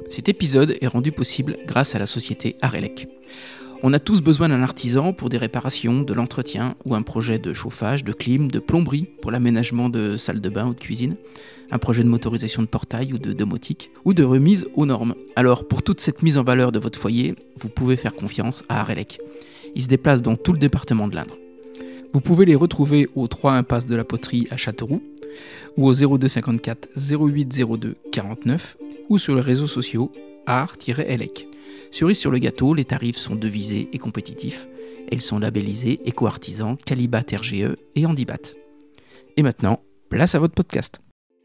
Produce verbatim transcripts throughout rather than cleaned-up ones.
Cet épisode est rendu possible grâce à la société Arelec. On a tous besoin d'un artisan pour des réparations, de l'entretien ou un projet de chauffage, de clim, de plomberie pour l'aménagement de salles de bain ou de cuisine, un projet de motorisation de portail ou de domotique, ou de remise aux normes. Alors pour toute cette mise en valeur de votre foyer, vous pouvez faire confiance à Arelec. Ils se déplacent dans tout le département de l'Indre. Vous pouvez les retrouver au trois impasse de la Poterie à Châteauroux, ou au zéro deux cinquante-quatre zéro huit zéro deux quarante-neuf, ou sur les réseaux sociaux art-elec. Cerise sur le gâteau, les tarifs sont devisés et compétitifs. Elles sont labellisées Éco-Artisan, Calibat R G E et Handibat. Et maintenant, place à votre podcast.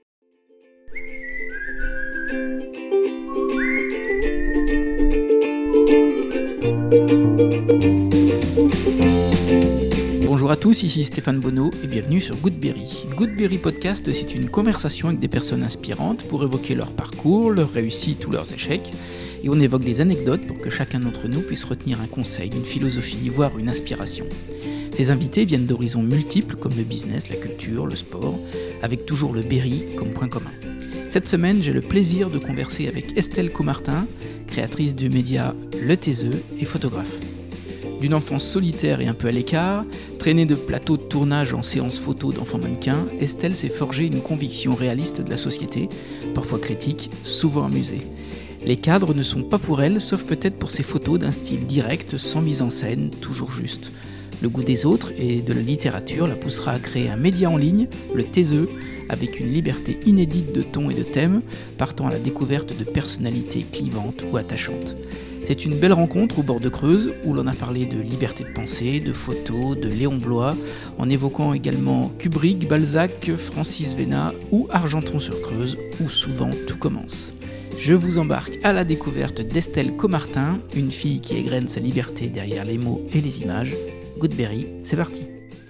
Bonjour à tous, ici Stéphane Bonneau et bienvenue sur Goodberry. Goodberry Podcast, c'est une conversation avec des personnes inspirantes pour évoquer leur parcours, leurs réussites ou leurs échecs. Et on évoque des anecdotes pour que chacun d'entre nous puisse retenir un conseil, une philosophie, voire une inspiration. Ces invités viennent d'horizons multiples comme le business, la culture, le sport, avec toujours le Berry comme point commun. Cette semaine, j'ai le plaisir de converser avec Estelle Comartin, créatrice du média Le Taiseux et photographe. D'une enfance solitaire et un peu à l'écart, traînée de plateaux de tournage en séances photos d'enfants mannequins, Estelle s'est forgée une conviction réaliste de la société, parfois critique, souvent amusée. Les cadres ne sont pas pour elle, sauf peut-être pour ses photos d'un style direct, sans mise en scène, toujours juste. Le goût des autres et de la littérature la poussera à créer un média en ligne, le Taiseux, avec une liberté inédite de ton et de thème, partant à la découverte de personnalités clivantes ou attachantes. C'est une belle rencontre au bord de Creuse, où l'on a parlé de liberté de pensée, de photos, de Léon Bloy, en évoquant également Kubrick, Balzac, Francis Vénat ou Argenton-sur-Creuse, où souvent tout commence. Je vous embarque à la découverte d'Estelle Comartin, une fille qui égrène sa liberté derrière les mots et les images. Goodberry, c'est parti.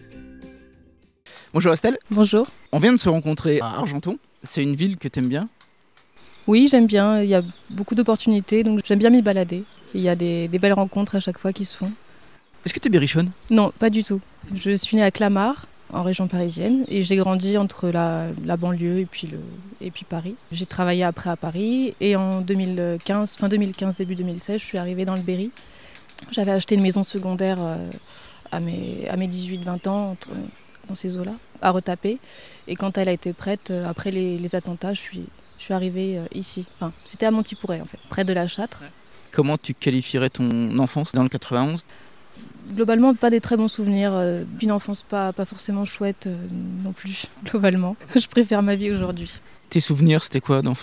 Bonjour Estelle. Bonjour. On vient de se rencontrer à Argenton. C'est une ville que t'aimes bien ? Oui, j'aime bien. Il y a beaucoup d'opportunités, donc j'aime bien m'y balader. Il y a des, des belles rencontres à chaque fois qui se font. Est-ce que t'es berrichonne ? Non, pas du tout. Je suis née à Clamart, en région parisienne, et j'ai grandi entre la, la banlieue et puis, le, et puis Paris. J'ai travaillé après à Paris, et en deux mille quinze, fin deux mille quinze, début deux mille seize, je suis arrivée dans le Berry. J'avais acheté une maison secondaire euh, à mes, à mes dix-huit vingt ans, entre, dans ces eaux-là, à retaper. Et quand elle a été prête, euh, après les, les attentats, je suis, je suis arrivée euh, ici. Enfin, c'était à Montipouret, en fait, près de la Châtre. Comment tu qualifierais ton enfance dans le quatre-vingt-onze ? Globalement, pas des très bons souvenirs. Euh, une enfance pas, pas forcément chouette euh, non plus, globalement. Je préfère ma vie aujourd'hui. Tes souvenirs, c'était quoi d'enfance ?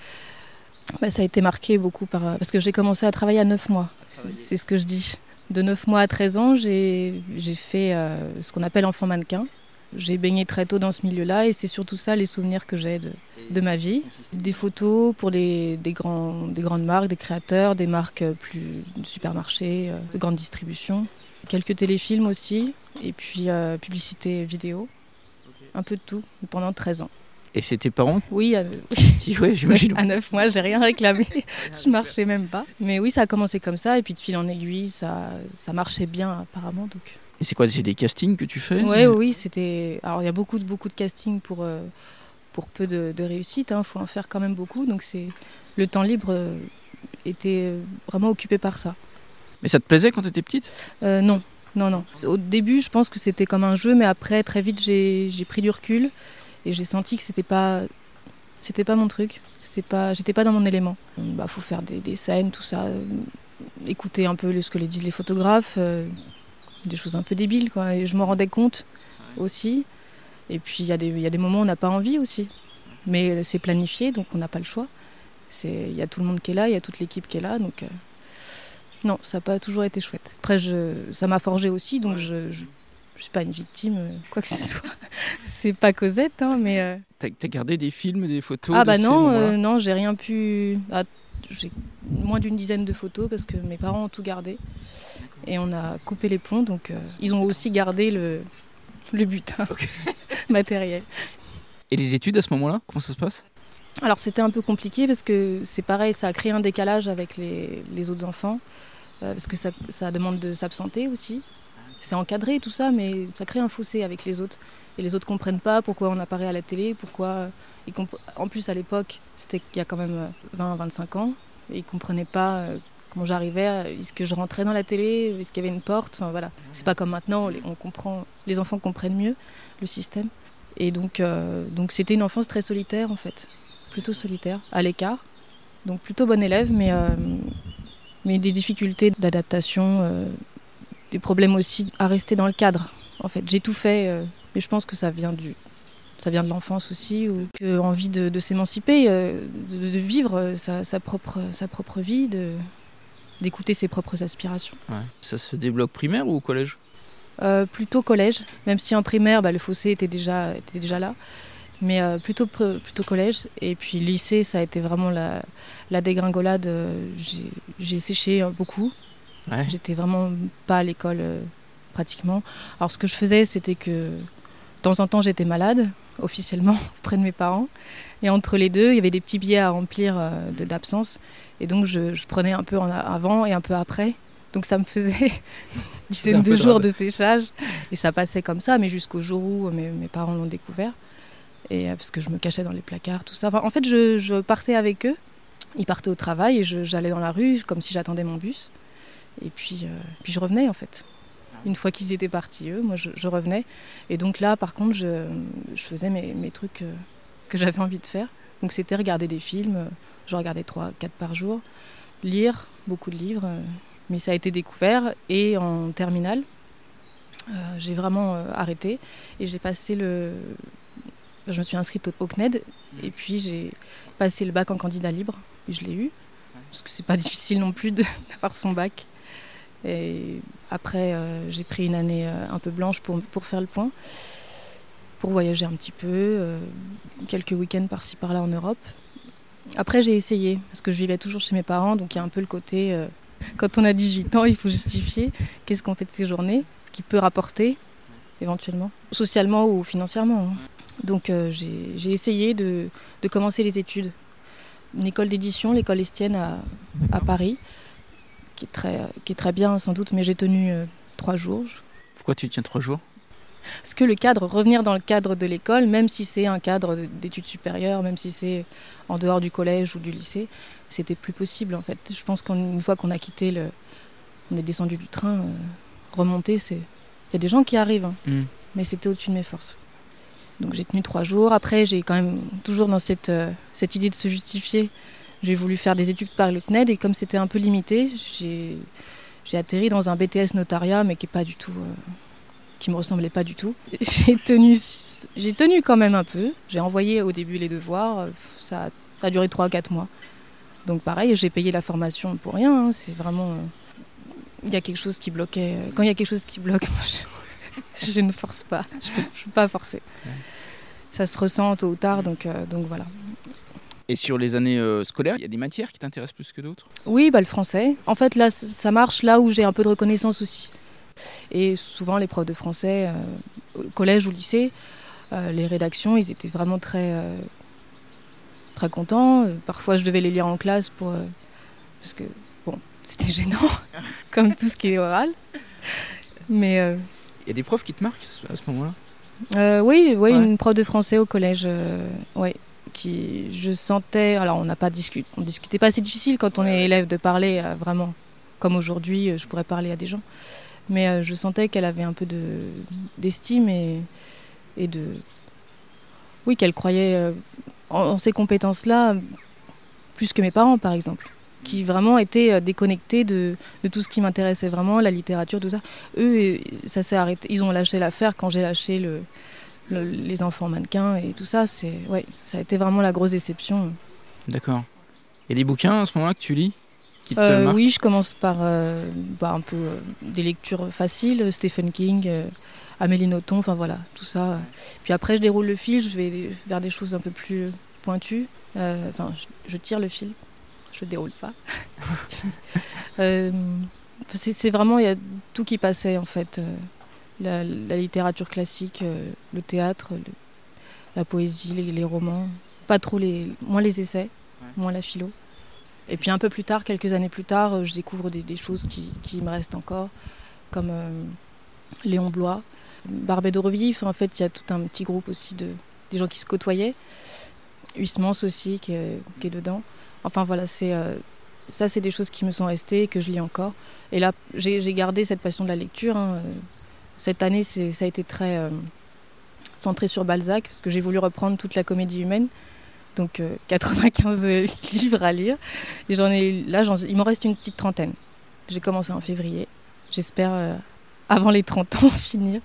Bah, ça a été marqué beaucoup par... Parce que j'ai commencé à travailler à neuf mois. C'est, c'est ce que je dis. De neuf mois à treize ans, j'ai, j'ai fait euh, ce qu'on appelle enfant mannequin. J'ai baigné très tôt dans ce milieu-là et c'est surtout ça les souvenirs que j'ai de, de ma vie. Des photos pour les, des, grands, des grandes marques, des créateurs, des marques plus de supermarchés, euh, de grande distribution. Quelques téléfilms aussi et puis euh, publicité vidéo. Un peu de tout pendant treize ans. Et c'est tes parents ? Oui, à, ouais, j'imagine. À neuf mois, j'ai rien réclamé. Je marchais même pas. Mais oui, ça a commencé comme ça et puis de fil en aiguille, ça, ça marchait bien apparemment. Donc... Et c'est quoi, c'est des castings que tu fais ? Ouais, oui, c'était... Alors, il y a beaucoup de, beaucoup de castings pour, euh, pour peu de, de réussite. Il hein. faut en faire quand même beaucoup. Donc, c'est... le temps libre euh, était vraiment occupé par ça. Mais ça te plaisait quand tu étais petite ? euh, Non, non, non. Au début, je pense que c'était comme un jeu. Mais après, très vite, j'ai, j'ai pris du recul. Et j'ai senti que c'était pas... C'était pas mon truc. C'était pas... J'étais pas dans mon élément. Il bah, faut faire des, des scènes, tout ça. Euh, écouter un peu ce que les disent les photographes. Euh, des choses un peu débiles, quoi. Et je m'en rendais compte aussi. Et puis, il y, y a des moments où on n'a pas envie aussi. Mais c'est planifié, donc on n'a pas le choix. Il y a tout le monde qui est là, il y a toute l'équipe qui est là. Donc, euh... non, ça n'a pas toujours été chouette. Après, je... ça m'a forgé aussi, donc je ne suis pas une victime, quoi que ce soit. C'est pas Cosette, hein, mais... Euh... T'as, t'as gardé des films, des photos Ah de bah ces non, moments-là ? euh, non, j'ai rien pu... Ah, j'ai moins d'une dizaine de photos parce que mes parents ont tout gardé. Et on a coupé les ponts, donc euh, ils ont aussi gardé le, le butin okay. matériel. Et les études à ce moment-là, comment ça se passe ? Alors c'était un peu compliqué parce que c'est pareil, ça a créé un décalage avec les, les autres enfants, euh, parce que ça, ça demande de s'absenter aussi. C'est encadré tout ça, mais ça crée un fossé avec les autres. et les autres comprennent pas pourquoi on apparaît à la télé, pourquoi ils comp- en plus à l'époque c'était il y a quand même vingt à vingt-cinq ans, et ils comprenaient pas euh, comment j'arrivais, est-ce que je rentrais dans la télé, est-ce qu'il y avait une porte, enfin, voilà. C'est pas comme maintenant, les, on comprend, les enfants comprennent mieux le système. Et donc, euh, donc c'était une enfance très solitaire en fait, plutôt solitaire, à l'écart. Donc plutôt bonne élève, mais, euh, mais des difficultés d'adaptation, euh, des problèmes aussi à rester dans le cadre. En fait, j'ai tout fait, euh, mais je pense que ça vient du, ça vient de l'enfance aussi, ou que envie de, de s'émanciper, euh, de, de vivre sa, sa propre, sa propre vie, de, d'écouter ses propres aspirations. Ouais. Ça se débloque primaire ou au collège ? euh, Plutôt collège, même si en primaire, bah, le fossé était déjà, était déjà là. Mais euh, plutôt, plutôt collège. Et puis lycée, ça a été vraiment la, la dégringolade. J'ai, j'ai séché beaucoup. Ouais. J'étais vraiment pas à l'école euh, pratiquement. Alors ce que je faisais, c'était que de temps en temps, j'étais malade, officiellement, auprès de mes parents. Et entre les deux, il y avait des petits billets à remplir euh, de, d'absence. Et donc je, je prenais un peu en avant et un peu après. Donc ça me faisait une dizaine de jours de séchage. Et ça passait comme ça, mais jusqu'au jour où mes, mes parents l'ont découvert. Et, parce que je me cachais dans les placards, tout ça. Enfin, en fait, je, je partais avec eux. Ils partaient au travail et je, j'allais dans la rue comme si j'attendais mon bus. Et puis, euh, puis je revenais, en fait. Une fois qu'ils étaient partis, eux, moi, je, je revenais. Et donc là, par contre, je, je faisais mes, mes trucs euh, que j'avais envie de faire. Donc c'était regarder des films. Je regardais trois, quatre par jour. Lire, beaucoup de livres. Euh, mais ça a été découvert. Et en terminale, euh, j'ai vraiment euh, arrêté. Et j'ai passé le... Je me suis inscrite au, au C N E D et puis j'ai passé le bac en candidat libre et je l'ai eu parce que c'est pas difficile non plus de, d'avoir son bac. Et après euh, j'ai pris une année euh, un peu blanche pour, pour faire le point, pour voyager un petit peu, euh, quelques week-ends par-ci par-là en Europe. Après j'ai essayé parce que je vivais toujours chez mes parents, donc il y a un peu le côté euh, quand on a dix-huit ans il faut justifier qu'est-ce qu'on fait de ces journées, ce qui peut rapporter éventuellement, socialement ou financièrement. Hein. Donc euh, j'ai, j'ai essayé de, de commencer les études. Une école d'édition, l'école Estienne à, à Paris, qui est, très, qui est très bien sans doute, mais j'ai tenu euh, trois jours. Pourquoi tu tiens trois jours ? Parce que le cadre, revenir dans le cadre de l'école, même si c'est un cadre d'études supérieures, même si c'est en dehors du collège ou du lycée, c'était plus possible en fait. Je pense qu'une fois qu'on a quitté le... on est descendu du train, euh, remonter, c'est... Il y a des gens qui arrivent, hein, mm. mais c'était au-dessus de mes forces. Donc j'ai tenu trois jours. Après, j'ai quand même toujours dans cette, euh, cette idée de se justifier. J'ai voulu faire des études par le C N E D et comme c'était un peu limité, j'ai, j'ai atterri dans un B T S notariat, mais qui est pas du tout, euh, qui me ressemblait pas du tout. J'ai tenu, j'ai tenu quand même un peu. J'ai envoyé au début les devoirs. Ça, ça a duré trois à quatre mois. Donc pareil, j'ai payé la formation pour rien. Hein. C'est vraiment, il euh, y a quelque chose qui bloquait. Quand il y a quelque chose qui bloque, moi, je... je ne force pas, je ne peux, peux pas forcer. Ouais. Ça se ressent tôt ou tard, donc, euh, donc voilà. Et sur les années euh, scolaires, il y a des matières qui t'intéressent plus que d'autres ? Oui, bah, le français. En fait, là, ça marche là où j'ai un peu de reconnaissance aussi. Et souvent, les profs de français, euh, au collège ou lycée, euh, les rédactions, ils étaient vraiment très, euh, très contents. Parfois, je devais les lire en classe pour, euh, parce que bon, c'était gênant, comme tout ce qui est oral. Mais... Euh, il y a des profs qui te marquent à ce moment-là ? euh, Oui, oui, ouais. Une prof de français au collège, euh, ouais, qui je sentais. Alors on n'a pas discuté, on discutait pas. C'est difficile quand on est élève de parler euh, vraiment, comme aujourd'hui, euh, je pourrais parler à des gens. Mais euh, je sentais qu'elle avait un peu de d'estime et et de, oui, qu'elle croyait euh, en, en ces compétences-là plus que mes parents, par exemple, qui vraiment étaient déconnectés de, de tout ce qui m'intéressait vraiment, la littérature, tout ça. Eux, ça s'est arrêté. Ils ont lâché l'affaire quand j'ai lâché le, le, les enfants mannequins et tout ça. C'est, ouais, ça a été vraiment la grosse déception. D'accord. Et les bouquins, à ce moment-là, que tu lis qui te euh, marquent ? Oui, je commence par euh, bah, un peu euh, des lectures faciles, Stephen King, euh, Amélie Nothomb, enfin voilà, tout ça. Puis après, je déroule le fil, je vais vers des choses un peu plus pointues. Euh, enfin, je, je tire le fil. Je ne déroule pas. euh, c'est, c'est vraiment, il y a tout qui passait en fait. Euh, la, la littérature classique, euh, le théâtre, le, la poésie, les, les romans. Pas trop les, moins les essais, ouais. Moins la philo. Et puis un peu plus tard, quelques années plus tard, euh, je découvre des, des choses qui, qui me restent encore, comme euh, Léon Bloy, Barbet d'Aurevilly, en fait, il y a tout un petit groupe aussi de des gens qui se côtoyaient. Huysmans aussi qui est, qui est dedans. Enfin voilà, c'est, euh, ça c'est des choses qui me sont restées et que je lis encore. Et là, j'ai, j'ai gardé cette passion de la lecture. Hein. Cette année, c'est, ça a été très euh, centré sur Balzac parce que j'ai voulu reprendre toute la comédie humaine. Donc euh, quatre-vingt-quinze livres à lire. Et j'en ai, là, j'en, il m'en reste une petite trentaine. J'ai commencé en février. J'espère, euh, avant les trente ans, finir.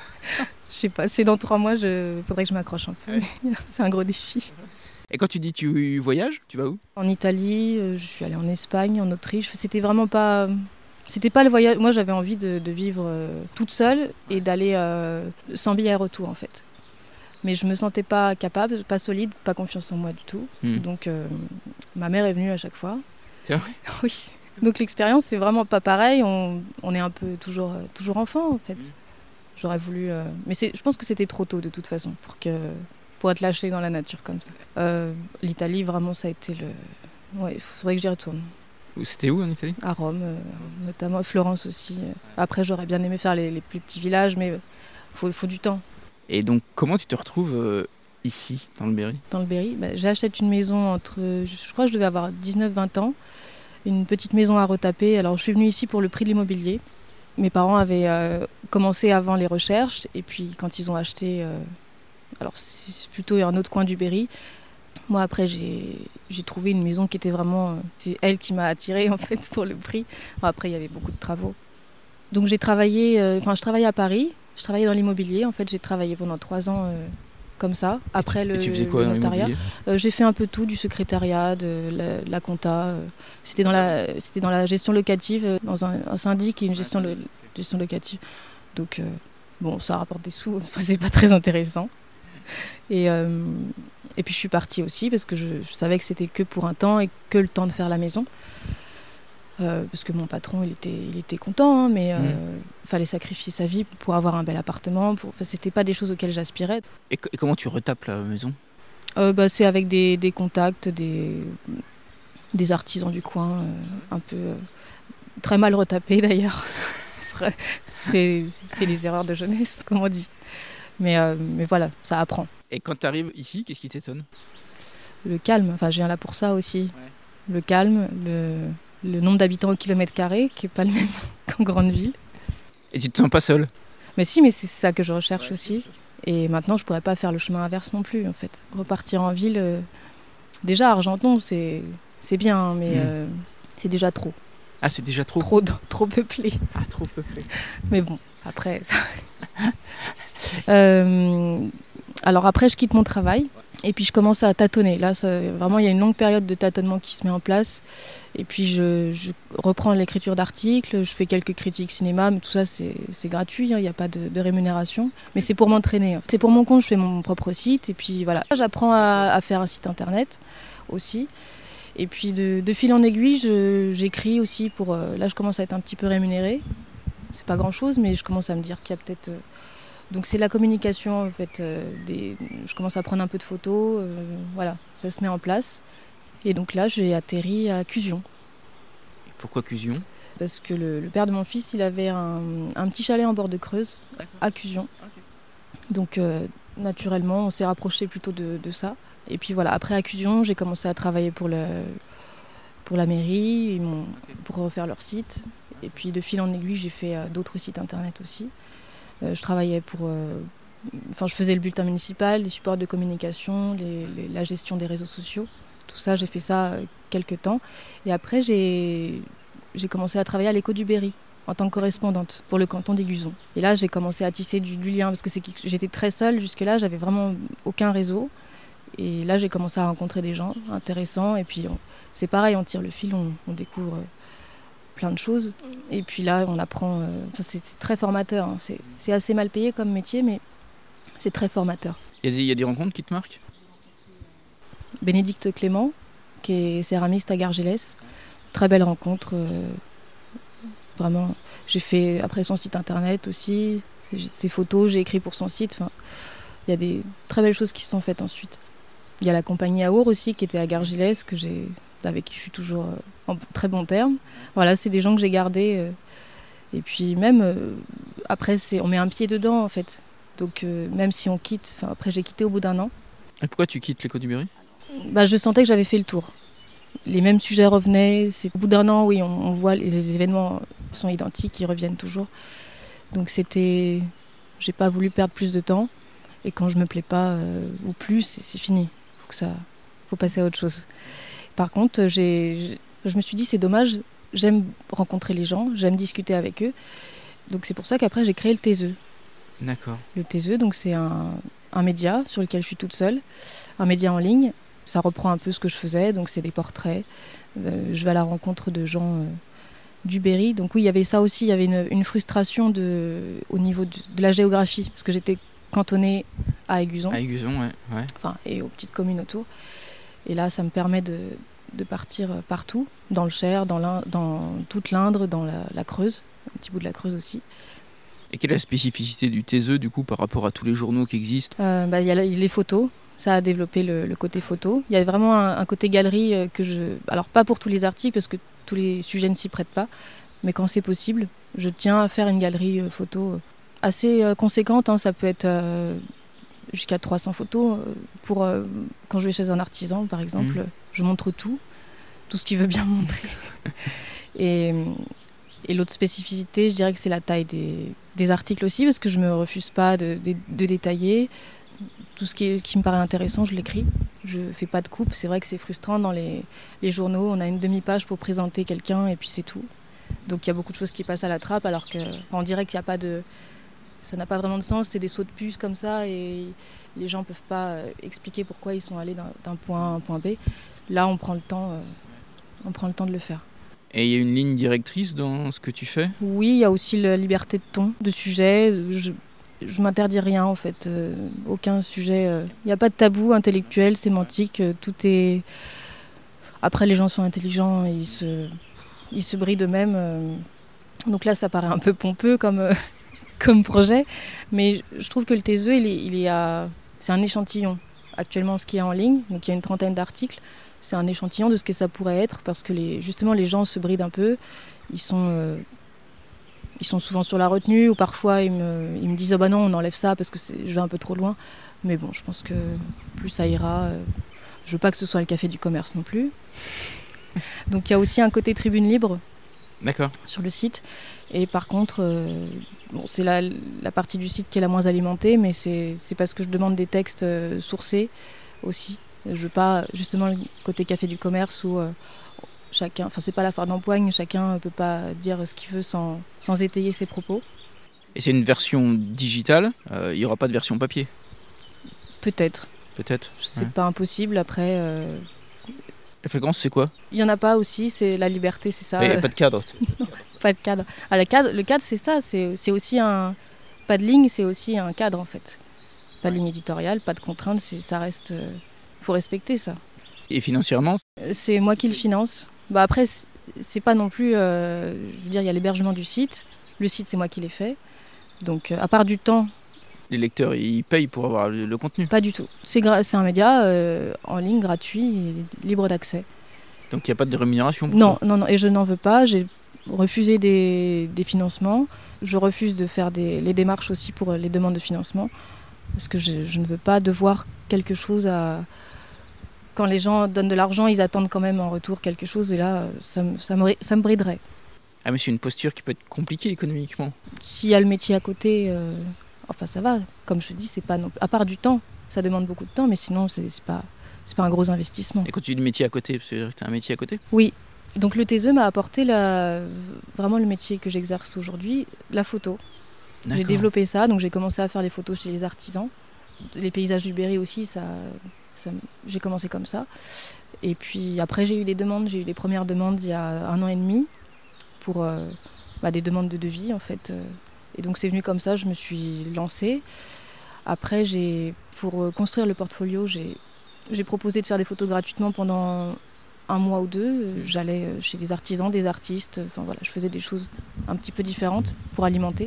Je sais pas, c'est dans trois mois, il faudrait que je m'accroche un peu. Ouais. C'est un gros défi. Et quand tu dis tu voyages, tu vas où ? En Italie, euh, je suis allée en Espagne, en Autriche. C'était vraiment pas... C'était pas le voyage... Moi, j'avais envie de, de vivre euh, toute seule et d'aller euh, sans billet retour, en fait. Mais je me sentais pas capable, pas solide, pas confiance en moi du tout. Mmh. Donc, euh, ma mère est venue à chaque fois. C'est vrai ? Oui. Donc, l'expérience, c'est vraiment pas pareil. On, on est un peu toujours, toujours enfant, en fait. Mmh. J'aurais voulu... Euh... Mais c'est, je pense que c'était trop tôt, de toute façon, pour, que, pour être lâchée dans la nature comme ça. Euh, L'Italie, vraiment, ça a été le... Ouais, il faudrait que j'y retourne. C'était où, en Italie ? À Rome, euh, notamment. Florence aussi. Après, j'aurais bien aimé faire les, les plus petits villages, mais il faut, faut du temps. Et donc, comment tu te retrouves euh, ici, dans le Berry ? Dans le Berry, bah, j'ai acheté une maison entre... Je crois que je devais avoir dix-neuf vingt ans. Une petite maison à retaper. Alors, je suis venue ici pour le prix de l'immobilier. Mes parents avaient euh, commencé avant les recherches et puis quand ils ont acheté, euh, alors c'est plutôt un autre coin du Berry, moi après j'ai, j'ai trouvé une maison qui était vraiment, euh, c'est elle qui m'a attirée en fait pour le prix. Bon, après il y avait beaucoup de travaux. Donc j'ai travaillé, enfin euh, je travaillais à Paris, je travaillais dans l'immobilier, en fait j'ai travaillé pendant trois ans euh, comme ça, après le, et tu faisais quoi, le notariat. Euh, j'ai fait un peu tout, du secrétariat, de la, de la compta. Euh, c'était, dans la, c'était dans la gestion locative, euh, dans un, un syndic et une gestion, lo, gestion locative. Donc, euh, bon, ça rapporte des sous, c'est pas très intéressant. Et, euh, et puis je suis partie aussi parce que je, je savais que c'était que pour un temps et que le temps de faire la maison. Euh, parce que mon patron, il était, il était content, hein, mais il euh, mmh. fallait sacrifier sa vie pour avoir un bel appartement. Pour... Enfin, c'était pas des choses auxquelles j'aspirais. Et, et comment tu retapes la maison ? euh, bah, C'est avec des, des contacts, des, des artisans du coin, euh, un peu euh, très mal retapés d'ailleurs. c'est, c'est les erreurs de jeunesse, comme on dit. Mais, euh, mais voilà, ça apprend. Et quand tu arrives ici, qu'est-ce qui t'étonne ? Le calme, enfin je viens là pour ça aussi. Ouais. Le calme, le... le nombre d'habitants au kilomètre carré, qui n'est pas le même qu'en grande ville. Et tu te sens pas seule ? Mais si, mais c'est ça que je recherche ouais, aussi. Et maintenant, je pourrais pas faire le chemin inverse non plus, en fait. Repartir en ville, euh... déjà Argenton, c'est, c'est bien, hein, mais mmh. euh... c'est déjà trop. Ah, c'est déjà trop ? Trop, trop peuplé. Ah, trop peuplé. Mais bon, après... Ça... euh... Alors après, je quitte mon travail. Et puis je commence à tâtonner. Là, ça, vraiment, il y a une longue période de tâtonnement qui se met en place. Et puis je, je reprends l'écriture d'articles, je fais quelques critiques cinéma, mais tout ça, c'est, c'est gratuit, il hein, n'y a pas de, de rémunération. Mais c'est pour m'entraîner. C'est pour mon compte, je fais mon propre site. Et puis voilà, j'apprends à, à faire un site internet aussi. Et puis de, de fil en aiguille, je, j'écris aussi pour... Euh, là, je commence à être un petit peu rémunérée. C'est pas grand-chose, mais je commence à me dire qu'il y a peut-être... Euh, Donc c'est la communication, en fait, euh, des... je commence à prendre un peu de photos, euh, voilà, ça se met en place. Et donc là, j'ai atterri à Cusion. Et pourquoi Cusion ? Parce que le, le père de mon fils, il avait un, un petit chalet en bord de Creuse, D'accord. à Cusion. Okay. Donc euh, naturellement, on s'est rapproché plutôt de, de ça. Et puis voilà, après à Cusion, j'ai commencé à travailler pour, le, pour la mairie, ils m'ont, okay. pour refaire leur site. Et puis de fil en aiguille, j'ai fait euh, d'autres sites internet aussi. Euh, je travaillais pour... Euh, enfin, je faisais le bulletin municipal, les supports de communication, les, les, la gestion des réseaux sociaux. Tout ça, j'ai fait ça euh, quelques temps. Et après, j'ai, j'ai commencé à travailler à l'Écho du Berry en tant que correspondante pour le canton d'Aiguzon. Et là, j'ai commencé à tisser du, du lien parce que c'est, j'étais très seule. Jusque-là, j'avais vraiment aucun réseau. Et là, j'ai commencé à rencontrer des gens intéressants. Et puis, on, c'est pareil, on tire le fil, on, on découvre... Euh, plein de choses. Et puis là, on apprend... Euh, c'est, c'est très formateur. Hein. C'est, c'est assez mal payé comme métier, mais c'est très formateur. Il y, y a des rencontres qui te marquent ? Bénédicte Clément, qui est céramiste à Gargilès. Très belle rencontre. Euh, vraiment. J'ai fait après son site internet aussi. Ses photos, j'ai écrit pour son site. Enfin, il y a des très belles choses qui se sont faites ensuite. Il y a la compagnie Aour aussi, qui était à Gargilès, que j'ai... avec qui je suis toujours en très bon terme. Voilà, c'est des gens que j'ai gardés euh, Et puis même, euh, après, c'est, on met un pied dedans, en fait. Donc euh, même si on quitte, enfin après j'ai quitté au bout d'un an. Et pourquoi tu quittes l'Écho du Berry ? Bah, je sentais que j'avais fait le tour. Les mêmes sujets revenaient. C'est, au bout d'un an, oui, on, on voit les, les événements sont identiques, ils reviennent toujours. Donc c'était, j'ai pas voulu perdre plus de temps. Et quand je me plais pas euh, ou plus, c'est, c'est fini. Faut que ça, faut passer à autre chose. Par contre, j'ai, j'ai, je me suis dit c'est dommage. J'aime rencontrer les gens, j'aime discuter avec eux. Donc c'est pour ça qu'après j'ai créé le T S E. D'accord. Le T S E, donc c'est un, un média sur lequel je suis toute seule, un média en ligne. Ça reprend un peu ce que je faisais, donc c'est des portraits. Euh, je vais à la rencontre de gens euh, du Berry. Donc oui, il y avait ça aussi, il y avait une, une frustration de, au niveau de, de la géographie, parce que j'étais cantonnée à Aiguzon. À Aiguzon, ouais. ouais. Enfin, et aux petites communes autour. Et là, ça me permet de, de partir partout, dans le Cher, dans, l'In- dans toute l'Indre, dans la, la Creuse, un petit bout de la Creuse aussi. Et quelle est la spécificité du T S E, du coup, par rapport à tous les journaux qui existent ? Euh, bah, y a les photos, ça a développé le, le côté photo. Il y a vraiment un, un côté galerie euh, que je... Alors pas pour tous les articles, parce que tous les sujets ne s'y prêtent pas, mais quand c'est possible, je tiens à faire une galerie euh, photo assez euh, conséquente. Hein. Ça peut être euh, jusqu'à trois cents photos. Euh, pour, euh, quand je vais chez un artisan, par exemple, mmh. je montre tout, tout ce qu'il veut bien montrer. Et... Et l'autre spécificité, je dirais que c'est la taille des, des articles aussi, parce que je ne me refuse pas de, de, de détailler. Tout ce qui, est, qui me paraît intéressant, je l'écris. Je ne fais pas de coupe. C'est vrai que c'est frustrant dans les, les journaux. On a une demi-page pour présenter quelqu'un et puis c'est tout. Donc il y a beaucoup de choses qui passent à la trappe, alors qu'on dirait qu'il n'y a pas de... Ça n'a pas vraiment de sens. C'est des sauts de puce comme ça et les gens ne peuvent pas expliquer pourquoi ils sont allés d'un, d'un point A à un point B. Là, on prend le temps, euh, on prend le temps de le faire. Et il y a une ligne directrice dans ce que tu fais ? Oui, il y a aussi la liberté de ton, de sujet. Je, je m'interdis rien en fait, euh, aucun sujet. Il euh, n'y a pas de tabou intellectuel, sémantique. Euh, tout est. Après, les gens sont intelligents, ils se, ils se brillent d'eux-mêmes. Euh, donc là, ça paraît un peu pompeux comme, euh, comme projet, mais je trouve que le T S E, il est, il est à, c'est un échantillon. Actuellement, ce qui est en ligne, donc il y a une trentaine d'articles. C'est un échantillon de ce que ça pourrait être parce que les, justement les gens se brident un peu. Ils sont, euh, ils sont souvent sur la retenue ou parfois ils me, ils me disent oh bah non on enlève ça parce que c'est, je vais un peu trop loin. Mais bon, je pense que plus ça ira. Euh, je veux pas que ce soit le café du commerce non plus. Donc il y a aussi un côté tribune libre. D'accord. Sur le site. Et par contre, euh, bon, c'est la, la partie du site qui est la moins alimentée, mais c'est, c'est parce que je demande des textes euh, sourcés aussi. Je veux pas justement le côté café du commerce où euh, chacun, enfin c'est pas la foire d'empoigne, chacun ne peut pas dire ce qu'il veut sans, sans étayer ses propos. Et c'est une version digitale, il euh, n'y aura pas de version papier ? Peut-être. Peut-être. C'est ouais. pas impossible après. Euh... La fréquence c'est quoi ? Il y en a pas aussi, c'est la liberté, c'est ça. Il n'y a pas de cadre. Non, pas de cadre. Ah, le cadre, le cadre c'est ça, c'est, c'est aussi un pas de ligne, c'est aussi un cadre en fait. Pas de ligne éditoriale, pas de contraintes, c'est, ça reste. Euh... faut respecter ça. Et financièrement ? C'est moi qui le finance. Bah après, c'est pas non plus... Euh, je veux dire, il y a l'hébergement du site. Le site, c'est moi qui l'ai fait. Donc, euh, à part du temps... Les lecteurs, ils payent pour avoir le, le contenu ? Pas du tout. C'est, gra- c'est un média euh, en ligne, gratuit, et libre d'accès. Donc, il n'y a pas de rémunération pour Non, toi ? non, non. Et je n'en veux pas. J'ai refusé des, des financements. Je refuse de faire des, les démarches aussi pour les demandes de financement. Parce que je, je ne veux pas devoir quelque chose à... Quand les gens donnent de l'argent, ils attendent quand même en retour quelque chose. Et là, ça, ça, me, ça me briderait. Ah mais c'est une posture qui peut être compliquée économiquement. S'il y a le métier à côté, euh, enfin ça va. Comme je te dis, c'est pas non... à part du temps, ça demande beaucoup de temps, mais sinon c'est, c'est pas c'est pas un gros investissement. Et quand tu dis le métier à côté, c'est que tu as un métier à côté ? Oui. Donc le T S E m'a apporté la... vraiment le métier que j'exerce aujourd'hui, la photo. D'accord. J'ai développé ça, donc j'ai commencé à faire les photos chez les artisans. Les paysages du Berry aussi, ça, ça, j'ai commencé comme ça. Et puis après j'ai eu des demandes, j'ai eu les premières demandes il y a un an et demi pour euh, bah, des demandes de devis en fait. Et donc c'est venu comme ça, je me suis lancée. Après j'ai, pour construire le portfolio, j'ai, j'ai proposé de faire des photos gratuitement pendant un mois ou deux. J'allais chez des artisans, des artistes, enfin voilà, je faisais des choses un petit peu différentes pour alimenter.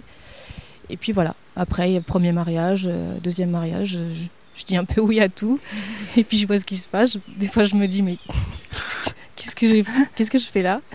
Et puis voilà, après, premier mariage, deuxième mariage, je, je dis un peu oui à tout. Et puis je vois ce qui se passe. Des fois, je me dis, mais qu'est-ce que, j'ai, qu'est-ce que je fais là ?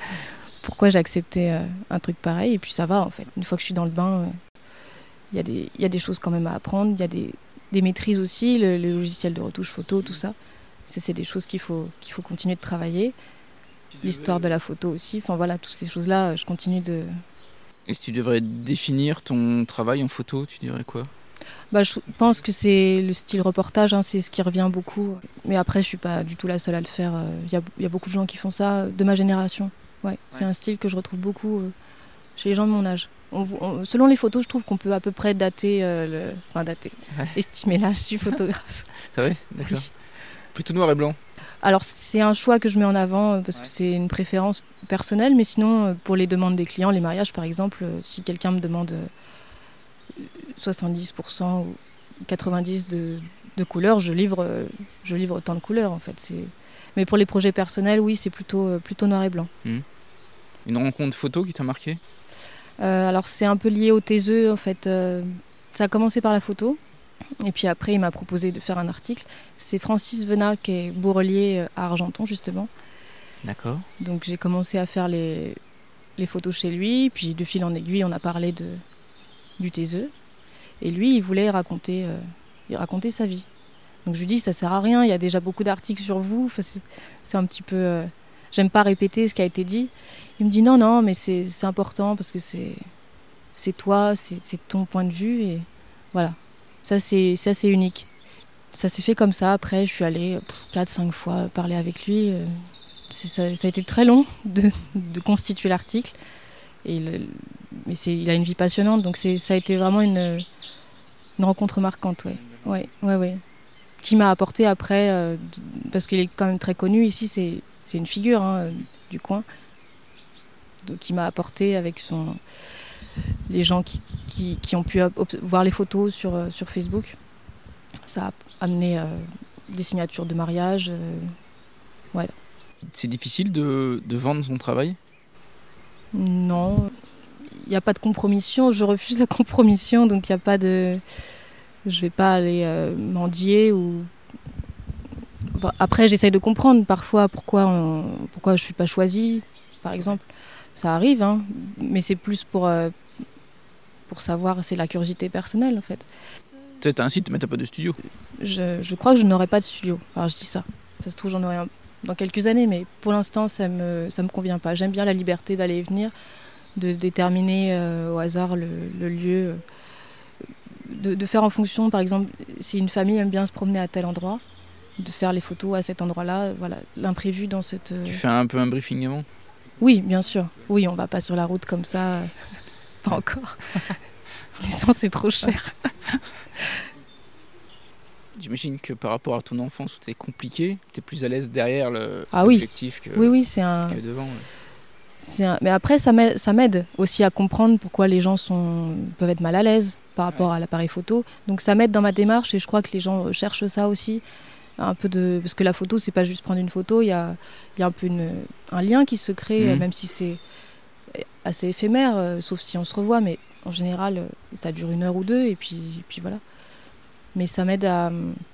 pourquoi j'ai accepté euh, un truc pareil. Et puis ça va en fait. Une fois que je suis dans le bain, il euh, y, y a des choses quand même à apprendre. Il y a des, des maîtrises aussi, le, le logiciel de retouche photo, tout ça. C'est, c'est des choses qu'il faut, qu'il faut continuer de travailler. L'histoire de la photo aussi. Enfin voilà, toutes ces choses-là, je continue de... Et si tu devrais définir ton travail en photo, tu dirais quoi ? Bah, je pense que c'est le style reportage, hein, c'est ce qui revient beaucoup. Mais après, je ne suis pas du tout la seule à le faire. Il y a, y a beaucoup de gens qui font ça, de ma génération. Ouais, ouais. C'est un style que je retrouve beaucoup euh, chez les gens de mon âge. On, on, selon les photos, je trouve qu'on peut à peu près dater, euh, le, enfin dater, ouais. estimer l'âge du photographe. C'est vrai ? D'accord. Oui. Plutôt noir et blanc ? Alors c'est un choix que je mets en avant euh, parce ouais. que c'est une préférence personnelle, mais sinon euh, pour les demandes des clients, les mariages par exemple, euh, si quelqu'un me demande euh, soixante-dix pour cent ou quatre-vingt-dix pour cent de, de couleurs, je livre, euh, je livre autant de couleurs en fait. C'est... Mais pour les projets personnels, oui, c'est plutôt, euh, plutôt noir et blanc. Mmh. Une rencontre photo qui t'a marqué ? euh, Alors c'est un peu lié au taiseux en fait. Euh, ça a commencé par la photo. Et puis après, il m'a proposé de faire un article. C'est Francis Venat, qui est bourrelier à Argenton, justement. D'accord. Donc j'ai commencé à faire les, les photos chez lui. Puis de fil en aiguille, on a parlé de, du taiseux. Et lui, il voulait raconter, euh, il raconter sa vie. Donc je lui dis, ça sert à rien, il y a déjà beaucoup d'articles sur vous. Enfin, c'est, c'est un petit peu... Euh, j'aime pas répéter ce qui a été dit. Il me dit, non, non, mais c'est, c'est important parce que c'est, c'est toi, c'est, c'est ton point de vue. Et voilà. Ça c'est, ça, c'est unique. Ça s'est fait comme ça. Après, je suis allée quatre cinq fois parler avec lui. C'est, ça, ça a été très long de, de constituer l'article. Et le, mais c'est, il a une vie passionnante. Donc c'est, ça a été vraiment une, une rencontre marquante. Ouais. Ouais, ouais, ouais. Qui m'a apporté après, euh, parce qu'il est quand même très connu ici, c'est, c'est une figure hein, du coin. Donc il m'a apporté avec son... les gens qui, qui, qui ont pu voir les photos sur, sur Facebook. Ça a amené euh, des signatures de mariage. Euh, voilà. C'est difficile de, de vendre son travail ? Non, il n'y a pas de compromission. Je refuse la compromission, donc il n'y a pas de... Je ne vais pas aller euh, mendier ou... Enfin, après, j'essaye de comprendre parfois pourquoi, on... pourquoi je ne suis pas choisie, par exemple. Ça arrive, hein, mais c'est plus pour... Euh, pour savoir, c'est la curiosité personnelle en fait. Tu as un site mais tu n'as pas de studio. je, je crois que je n'aurai pas de studio, alors je dis ça, ça se trouve j'en aurai un dans quelques années, mais pour l'instant ça ne me, ça me convient pas. J'aime bien la liberté d'aller et venir, de déterminer euh, au hasard le, le lieu, de, de faire en fonction, par exemple, si une famille aime bien se promener à tel endroit, de faire les photos à cet endroit-là, voilà, l'imprévu dans cette... Tu fais un peu un briefing avant ? Oui, bien sûr, oui, on ne va pas sur la route comme ça... Pas encore. L'essence c'est trop cher. J'imagine que par rapport à ton enfance où c'est compliqué, tu es plus à l'aise derrière le, ah, l'objectif oui. que, oui, oui, c'est un... que devant. Ouais. C'est un... Mais après, ça m'aide, ça m'aide aussi à comprendre pourquoi les gens sont... peuvent être mal à l'aise par rapport ouais. à l'appareil photo. Donc ça m'aide dans ma démarche et je crois que les gens cherchent ça aussi. Un peu de... Parce que la photo, c'est pas juste prendre une photo, il y a, il y a un peu une... un lien qui se crée, mmh. même si c'est assez éphémère, euh, sauf si on se revoit, mais en général, euh, ça dure une heure ou deux, et puis, et puis voilà. Mais ça m'aide à,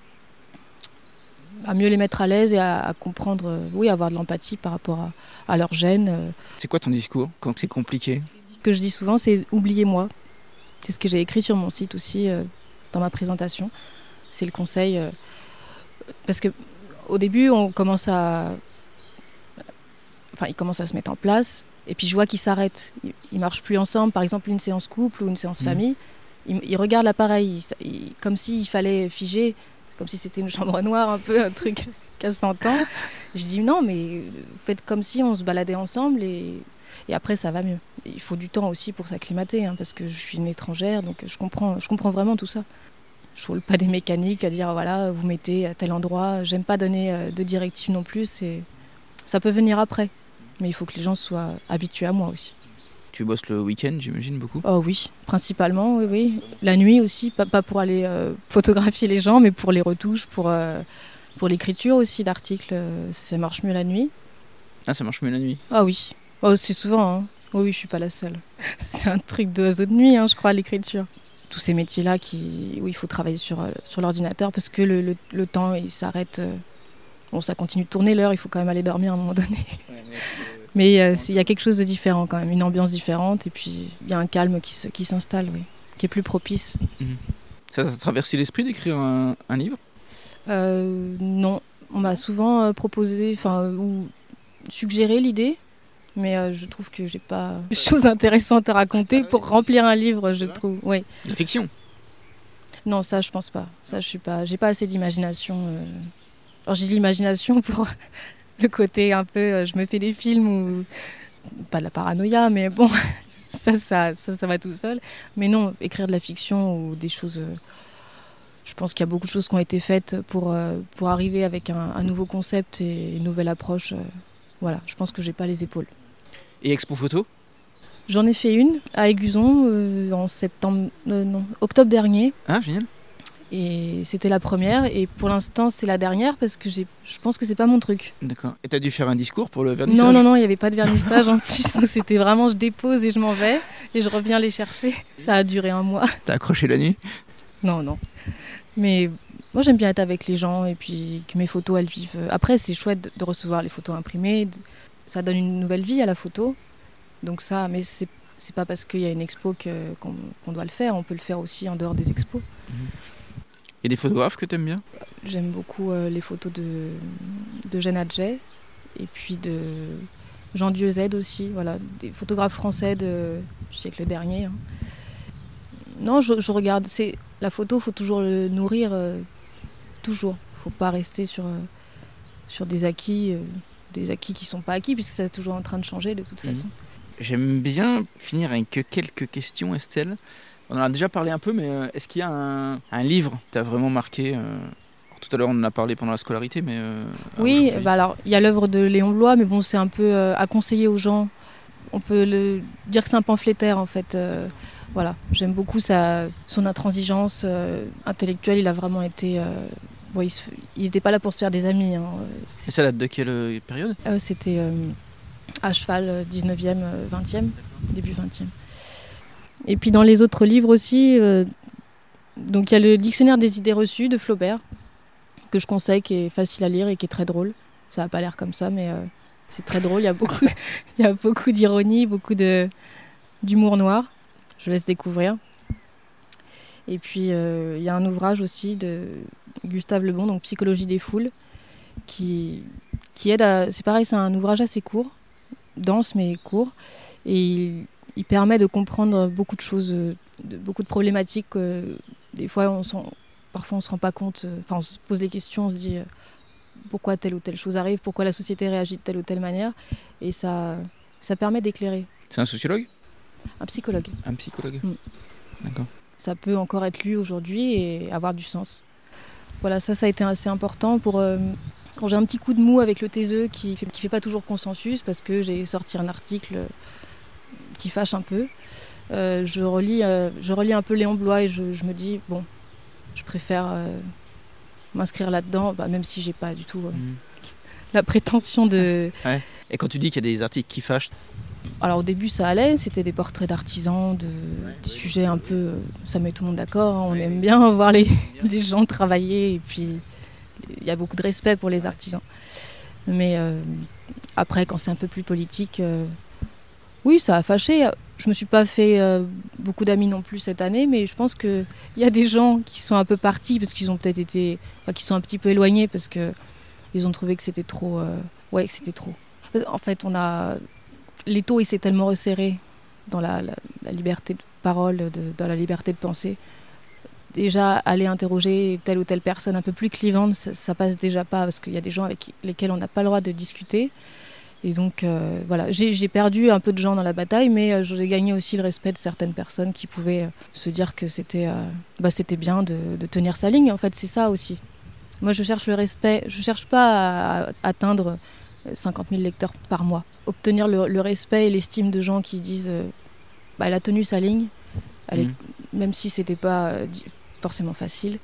à mieux les mettre à l'aise et à, à comprendre, euh, oui, avoir de l'empathie par rapport à, à leur gêne. Euh. C'est quoi ton discours quand c'est compliqué ? Ce que je dis souvent, c'est « oubliez-moi ». C'est ce que j'ai écrit sur mon site aussi, euh, dans ma présentation. C'est le conseil. Euh, parce qu'au début, on commence à... Enfin, ils commencent à se mettre en place. Et puis je vois qu'ils s'arrêtent, ils ne marchent plus ensemble, par exemple une séance couple ou une séance mmh. famille, ils, ils regardent l'appareil, ils, ils, comme s'il fallait figer, comme si c'était une chambre noire, un peu un truc qu'à cent ans. Je dis non, mais vous faites comme si on se baladait ensemble et, et après ça va mieux. Il faut du temps aussi pour s'acclimater, hein, parce que je suis une étrangère, donc je comprends, je comprends vraiment tout ça. Je ne roule pas des mécaniques à dire voilà, vous mettez à tel endroit, j'aime pas donner de directives non plus, c'est... ça peut venir après. Mais il faut que les gens soient habitués à moi aussi. Tu bosses le week-end, j'imagine, beaucoup ? Oh oui, principalement, oui, oui. La nuit aussi, pas, pas pour aller euh, photographier les gens, mais pour les retouches, pour, euh, pour l'écriture aussi d'articles. Euh, ça marche mieux la nuit. Ah, ça marche mieux la nuit ? Ah oui, oh, c'est souvent. Hein. Oh oui, je suis pas la seule. C'est un truc d'oiseau de nuit, hein, je crois, l'écriture. Tous ces métiers-là qui, où il faut travailler sur, euh, sur l'ordinateur parce que le, le, le temps, il s'arrête... Euh, Bon, ça continue de tourner l'heure, il faut quand même aller dormir à un moment donné. Ouais, mais Mais il euh, y a quelque chose de différent quand même, une ambiance différente, et puis il y a un calme qui, se, qui s'installe, oui, qui est plus propice. Mmh. Ça t'a traversé l'esprit d'écrire un, un livre ? euh, Non, on m'a souvent euh, proposé, enfin, ou suggéré l'idée, mais euh, je trouve que j'ai pas de choses intéressantes à raconter pour remplir un livre, je trouve. Ouais. La fiction ? Non, ça je pense pas. Ça je suis pas, j'ai pas assez d'imagination. Euh... Alors j'ai de l'imagination pour le côté un peu, euh, je me fais des films ou pas de la paranoïa, mais bon, ça, ça, ça, ça va tout seul. Mais non, écrire de la fiction ou des choses. Euh... Je pense qu'il y a beaucoup de choses qui ont été faites pour euh, pour arriver avec un, un nouveau concept et une nouvelle approche. Euh... Voilà, je pense que j'ai pas les épaules. Et Expo Photo ? J'en ai fait une à Aiguzon euh, en septembre, euh, non, octobre dernier. Ah, génial. Et c'était la première. Et pour l'instant, c'est la dernière parce que j'ai, je pense que c'est pas mon truc. D'accord. Et t'as dû faire un discours pour le vernissage ? Non, non, non, il n'y avait pas de vernissage en plus. C'était vraiment, je dépose et je m'en vais. Et je reviens les chercher. Ça a duré un mois. T'as accroché la nuit ? Non, non. Mais moi, j'aime bien être avec les gens et puis que mes photos, elles vivent. Après, c'est chouette de recevoir les photos imprimées. Ça donne une nouvelle vie à la photo. Donc ça, mais c'est, c'est pas parce qu'il y a une expo que, qu'on, qu'on doit le faire. On peut le faire aussi en dehors des expos. Mmh. Il y a des photographes que tu aimes bien ? J'aime beaucoup euh, les photos de, de Jeanne Adjet et puis de Jean Dieuzède aussi. Voilà, des photographes français de, du siècle dernier. Hein. Non, je, je regarde. C'est, la photo, il faut toujours le nourrir. Euh, toujours. Il ne faut pas rester sur, euh, sur des acquis, euh, des acquis qui ne sont pas acquis, puisque c'est toujours en train de changer de toute mmh. façon. J'aime bien finir avec quelques questions, Estelle. On en a déjà parlé un peu, mais est-ce qu'il y a un, un livre qui t'a vraiment marqué ? euh... Tout à l'heure, on en a parlé pendant la scolarité, mais... Euh, oui, bah alors, il y a l'œuvre de Léon Bloy, mais bon, c'est un peu euh, à conseiller aux gens. On peut le, dire que c'est un pamphlétaire, en fait. Euh, voilà, j'aime beaucoup sa, son intransigeance euh, intellectuelle. Il a vraiment été... Euh, bon, il n'était pas là pour se faire des amis. Hein. Et ça date de quelle période ? euh, C'était euh, à cheval, dix-neuvième, vingtième, début vingtième. Et puis dans les autres livres aussi, euh, donc il y a le Dictionnaire des idées reçues de Flaubert, que je conseille, qui est facile à lire et qui est très drôle. Ça n'a pas l'air comme ça, mais euh, c'est très drôle. Il y a beaucoup, il y a beaucoup d'ironie, beaucoup de, d'humour noir. Je laisse découvrir. Et puis, euh, il y a un ouvrage aussi de Gustave Le Bon, donc Psychologie des foules, qui, qui aide à... C'est pareil, c'est un ouvrage assez court, dense mais court. Et il, il permet de comprendre beaucoup de choses, de, beaucoup de problématiques. Euh, des fois, on s'en... Parfois, on ne se rend pas compte, enfin, on se pose des questions, on se dit euh, pourquoi telle ou telle chose arrive, pourquoi la société réagit de telle ou telle manière. Et ça, ça permet d'éclairer. C'est un sociologue ? Un psychologue. Un psychologue. Mm. D'accord. Ça peut encore être lu aujourd'hui et avoir du sens. Voilà, ça, ça a été assez important pour... Euh, quand j'ai un petit coup de mou avec le taiseux qui ne fait, qui fait pas toujours consensus, parce que j'ai sorti un article qui fâche un peu, euh, je, relis, euh, je relis un peu Léon Bloy et je, je me dis, bon... Je préfère euh, m'inscrire là-dedans, bah, même si j'ai pas du tout euh, mmh. la prétention de... Ouais. Et quand tu dis qu'il y a des articles qui fâchent ? Alors au début ça allait, c'était des portraits d'artisans, de, ouais, des ouais, sujets ouais. un peu... Ça met tout le monde d'accord, hein, on ouais. aime bien voir les, les gens travailler et puis il y a beaucoup de respect pour les artisans. Mais euh, après quand c'est un peu plus politique, euh, oui ça a fâché. Je me suis pas fait euh, beaucoup d'amis non plus cette année, mais je pense qu'il y a des gens qui sont un peu partis parce qu'ils ont peut-être été, enfin, qui sont un petit peu éloignés parce que ils ont trouvé que c'était trop, euh, ouais, que c'était trop. En fait, on a l'étau, il s'est tellement resserré dans la, la, la liberté de parole, de, dans la liberté de penser. Déjà, aller interroger telle ou telle personne un peu plus clivante, ça, ça passe déjà pas parce qu'il y a des gens avec qui, lesquels on n'a pas le droit de discuter. Et donc, euh, voilà, j'ai, j'ai perdu un peu de gens dans la bataille, mais euh, j'ai gagné aussi le respect de certaines personnes qui pouvaient euh, se dire que c'était, euh, bah, c'était bien de, de tenir sa ligne. En fait, c'est ça aussi. Moi, je cherche le respect. Je ne cherche pas à, à atteindre cinquante mille lecteurs par mois. Obtenir le, le respect et l'estime de gens qui disent euh, bah, elle a tenu sa ligne, elle mmh. est, même si ce n'était pas euh, forcément facile.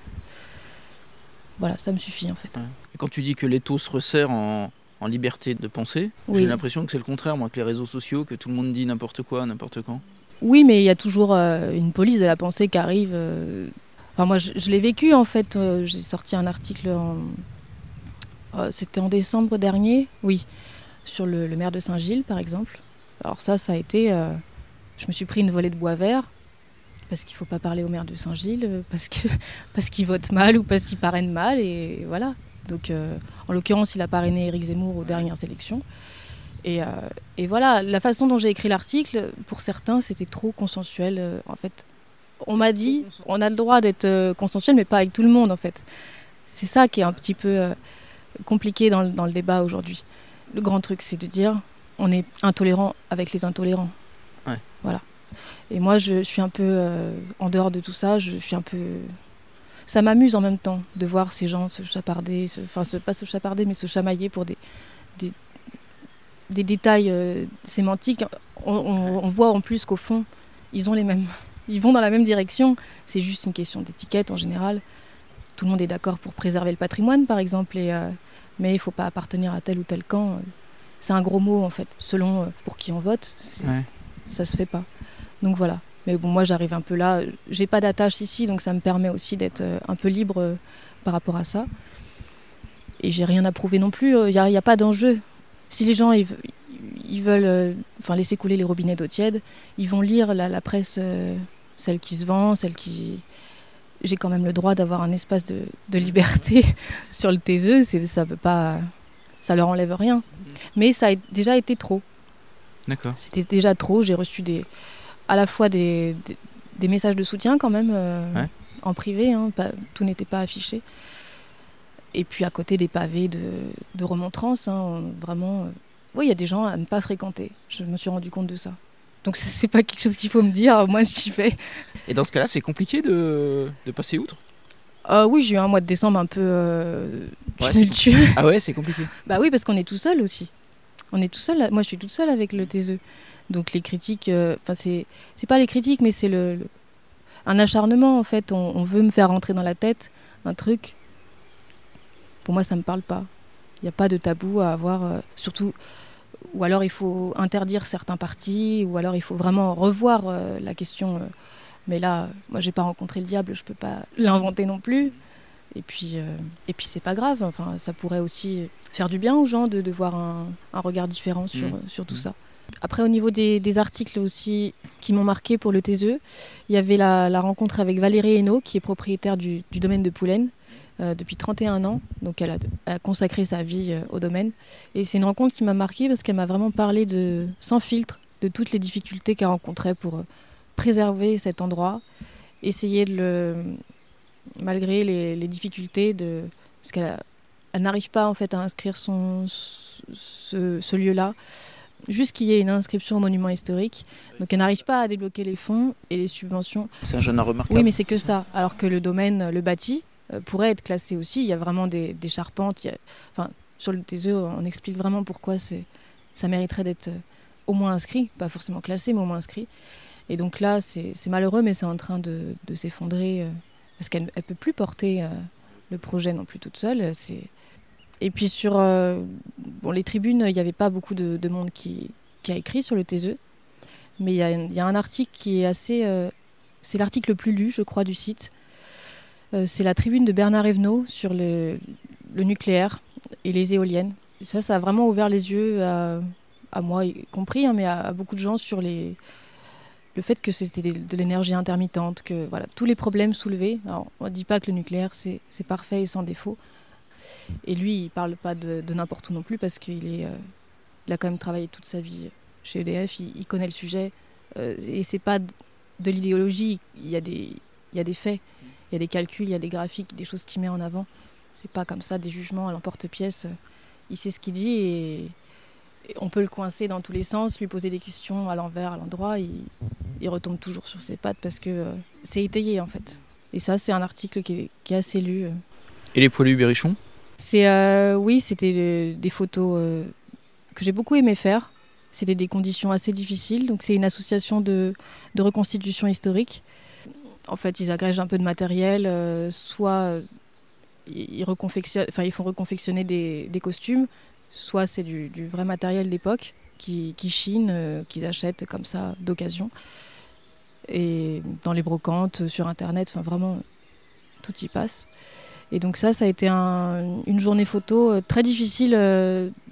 Voilà, ça me suffit en fait. Et quand tu dis que l'étau se resserre en... en liberté de penser, oui. J'ai l'impression que c'est le contraire, moi, que les réseaux sociaux, que tout le monde dit n'importe quoi, n'importe quand. Oui, mais il y a toujours euh, une police de la pensée qui arrive. Euh... Enfin, moi, je, je l'ai vécu, en fait. Euh, j'ai sorti un article, en... euh, c'était en décembre dernier, oui, sur le, le maire de Saint-Gilles, par exemple. Alors ça, ça a été... Euh, je me suis pris une volée de bois vert, parce qu'il ne faut pas parler au maire de Saint-Gilles, parce, que, parce qu'il vote mal ou parce qu'il parraine mal, et voilà. Donc, euh, en l'occurrence, il a parrainé Éric Zemmour aux dernières élections. Et, euh, et voilà, la façon dont j'ai écrit l'article, pour certains, c'était trop consensuel. Euh, en fait, on m'a dit, on a le droit d'être euh, consensuel, mais pas avec tout le monde, en fait. C'est ça qui est un petit peu euh, compliqué dans le, dans le débat aujourd'hui. Le grand truc, c'est de dire, on est intolérant avec les intolérants. Ouais. Voilà. Et moi, je, je suis un peu euh, en dehors de tout ça. Je, je suis un peu... Ça m'amuse en même temps de voir ces gens se chaparder, se, enfin, se, pas se chaparder, mais se chamailler pour des, des, des détails euh, sémantiques. On, on, on voit en plus qu'au fond, ils ont les mêmes, ils vont dans la même direction. C'est juste une question d'étiquette en général. Tout le monde est d'accord pour préserver le patrimoine, par exemple, et, euh, mais il ne faut pas appartenir à tel ou tel camp. C'est un gros mot, en fait, selon euh, pour qui on vote. Ouais. Ça ne se fait pas. Donc voilà. Mais bon, moi, j'arrive un peu là. J'ai pas d'attache ici, donc ça me permet aussi d'être euh, un peu libre euh, par rapport à ça. Et j'ai rien à prouver non plus. Il n'y a, y a pas d'enjeu. Si les gens ils, ils veulent euh, enfin, laisser couler les robinets d'eau tiède, ils vont lire la, la presse, euh, celle qui se vend, celle qui... J'ai quand même le droit d'avoir un espace de, de liberté sur le Taiseux. C'est, ça peut pas... Ça leur enlève rien. Mais ça a déjà été trop. D'accord. C'était déjà trop. J'ai reçu des... à la fois des, des, des messages de soutien quand même, euh, ouais. en privé, hein, pas, tout n'était pas affiché. Et puis à côté des pavés de, de remontrance, hein, on, vraiment, euh, oui, il y a des gens à ne pas fréquenter. Je me suis rendu compte de ça. Donc c'est, c'est pas quelque chose qu'il faut me dire, moi j'y vais. Et dans ce cas-là, c'est compliqué de, de passer outre ? euh, Oui, j'ai eu un mois de décembre un peu euh, ouais, tumultueux. Ah ouais, c'est compliqué. Bah oui, parce qu'on est tout seul aussi. On est tout seul. Moi, je suis toute seule avec le Taiseux. Donc les critiques, enfin euh, c'est c'est pas les critiques, mais c'est le, le un acharnement en fait. On, on veut me faire rentrer dans la tête un truc. Pour moi, ça me parle pas. Il n'y a pas de tabou à avoir. Euh, surtout, ou alors il faut interdire certains partis, ou alors il faut vraiment revoir euh, la question. Euh, mais là, moi, j'ai pas rencontré le diable, je peux pas l'inventer non plus. Et puis, euh, et puis c'est pas grave. Enfin, ça pourrait aussi faire du bien aux gens de, de voir un, un regard différent sur mmh. sur tout mmh. ça. Après, au niveau des, des articles aussi qui m'ont marqué pour le Taiseux, il y avait la, la rencontre avec Valérie Hainaut, qui est propriétaire du, du domaine de Poulaine euh, depuis trente et un ans. Donc, elle a, elle a consacré sa vie euh, au domaine. Et c'est une rencontre qui m'a marquée parce qu'elle m'a vraiment parlé de, sans filtre de toutes les difficultés qu'elle rencontrait pour euh, préserver cet endroit, essayer de le... malgré les, les difficultés, de, parce qu'elle a, elle n'arrive pas en fait à inscrire son, ce, ce lieu-là. Juste qu'il y ait une inscription au monument historique. Donc elle n'arrive pas à débloquer les fonds et les subventions. C'est un jeune remarquable. Oui, mais c'est que ça. Alors que le domaine, le bâti, euh, pourrait être classé aussi. Il y a vraiment des, des charpentes. Il y a... Enfin, sur le Taiseux, on explique vraiment pourquoi c'est... ça mériterait d'être euh, au moins inscrit. Pas forcément classé, mais au moins inscrit. Et donc là, c'est, c'est malheureux, mais c'est en train de, de s'effondrer. Euh, parce qu'elle ne peut plus porter euh, le projet non plus toute seule. C'est... Et puis sur euh, bon, les tribunes, il n'y avait pas beaucoup de, de monde qui, qui a écrit sur le Taiseux. Mais il y a, y a un article qui est assez... Euh, c'est l'article le plus lu, je crois, du site. Euh, c'est la tribune de Bernard Evenot sur le, le nucléaire et les éoliennes. Et ça, ça a vraiment ouvert les yeux, à, à moi y compris, hein, mais à, à beaucoup de gens sur les, le fait que c'était de, de l'énergie intermittente, que voilà, tous les problèmes soulevés. Alors, on ne dit pas que le nucléaire, c'est, c'est parfait et sans défaut. Et lui, il ne parle pas de, de n'importe où non plus parce qu'il est, euh, il a quand même travaillé toute sa vie chez E D F, il, il connaît le sujet. Euh, et ce n'est pas de, de l'idéologie, il y a des, il y a des faits, il y a des calculs, il y a des graphiques, des choses qu'il met en avant. Ce n'est pas comme ça, des jugements à l'emporte-pièce. Il sait ce qu'il dit et, et on peut le coincer dans tous les sens, lui poser des questions à l'envers, à l'endroit. Il, il retombe toujours sur ses pattes parce que euh, c'est étayé en fait. Et ça, c'est un article qui est, qui est assez lu. Et les poilus berrichons ? C'est, euh, oui, c'était le, des photos euh, que j'ai beaucoup aimé faire. C'était des conditions assez difficiles. Donc c'est une association de, de reconstitution historique. En fait, ils agrègent un peu de matériel. Euh, soit euh, ils, reconfectionnent, enfin, ils font reconfectionner des, des costumes, soit c'est du, du vrai matériel d'époque qui, qui chine, euh, qu'ils achètent comme ça d'occasion. Et dans les brocantes, sur Internet, enfin vraiment, tout y passe. Et donc ça, ça a été un, une journée photo très difficile euh,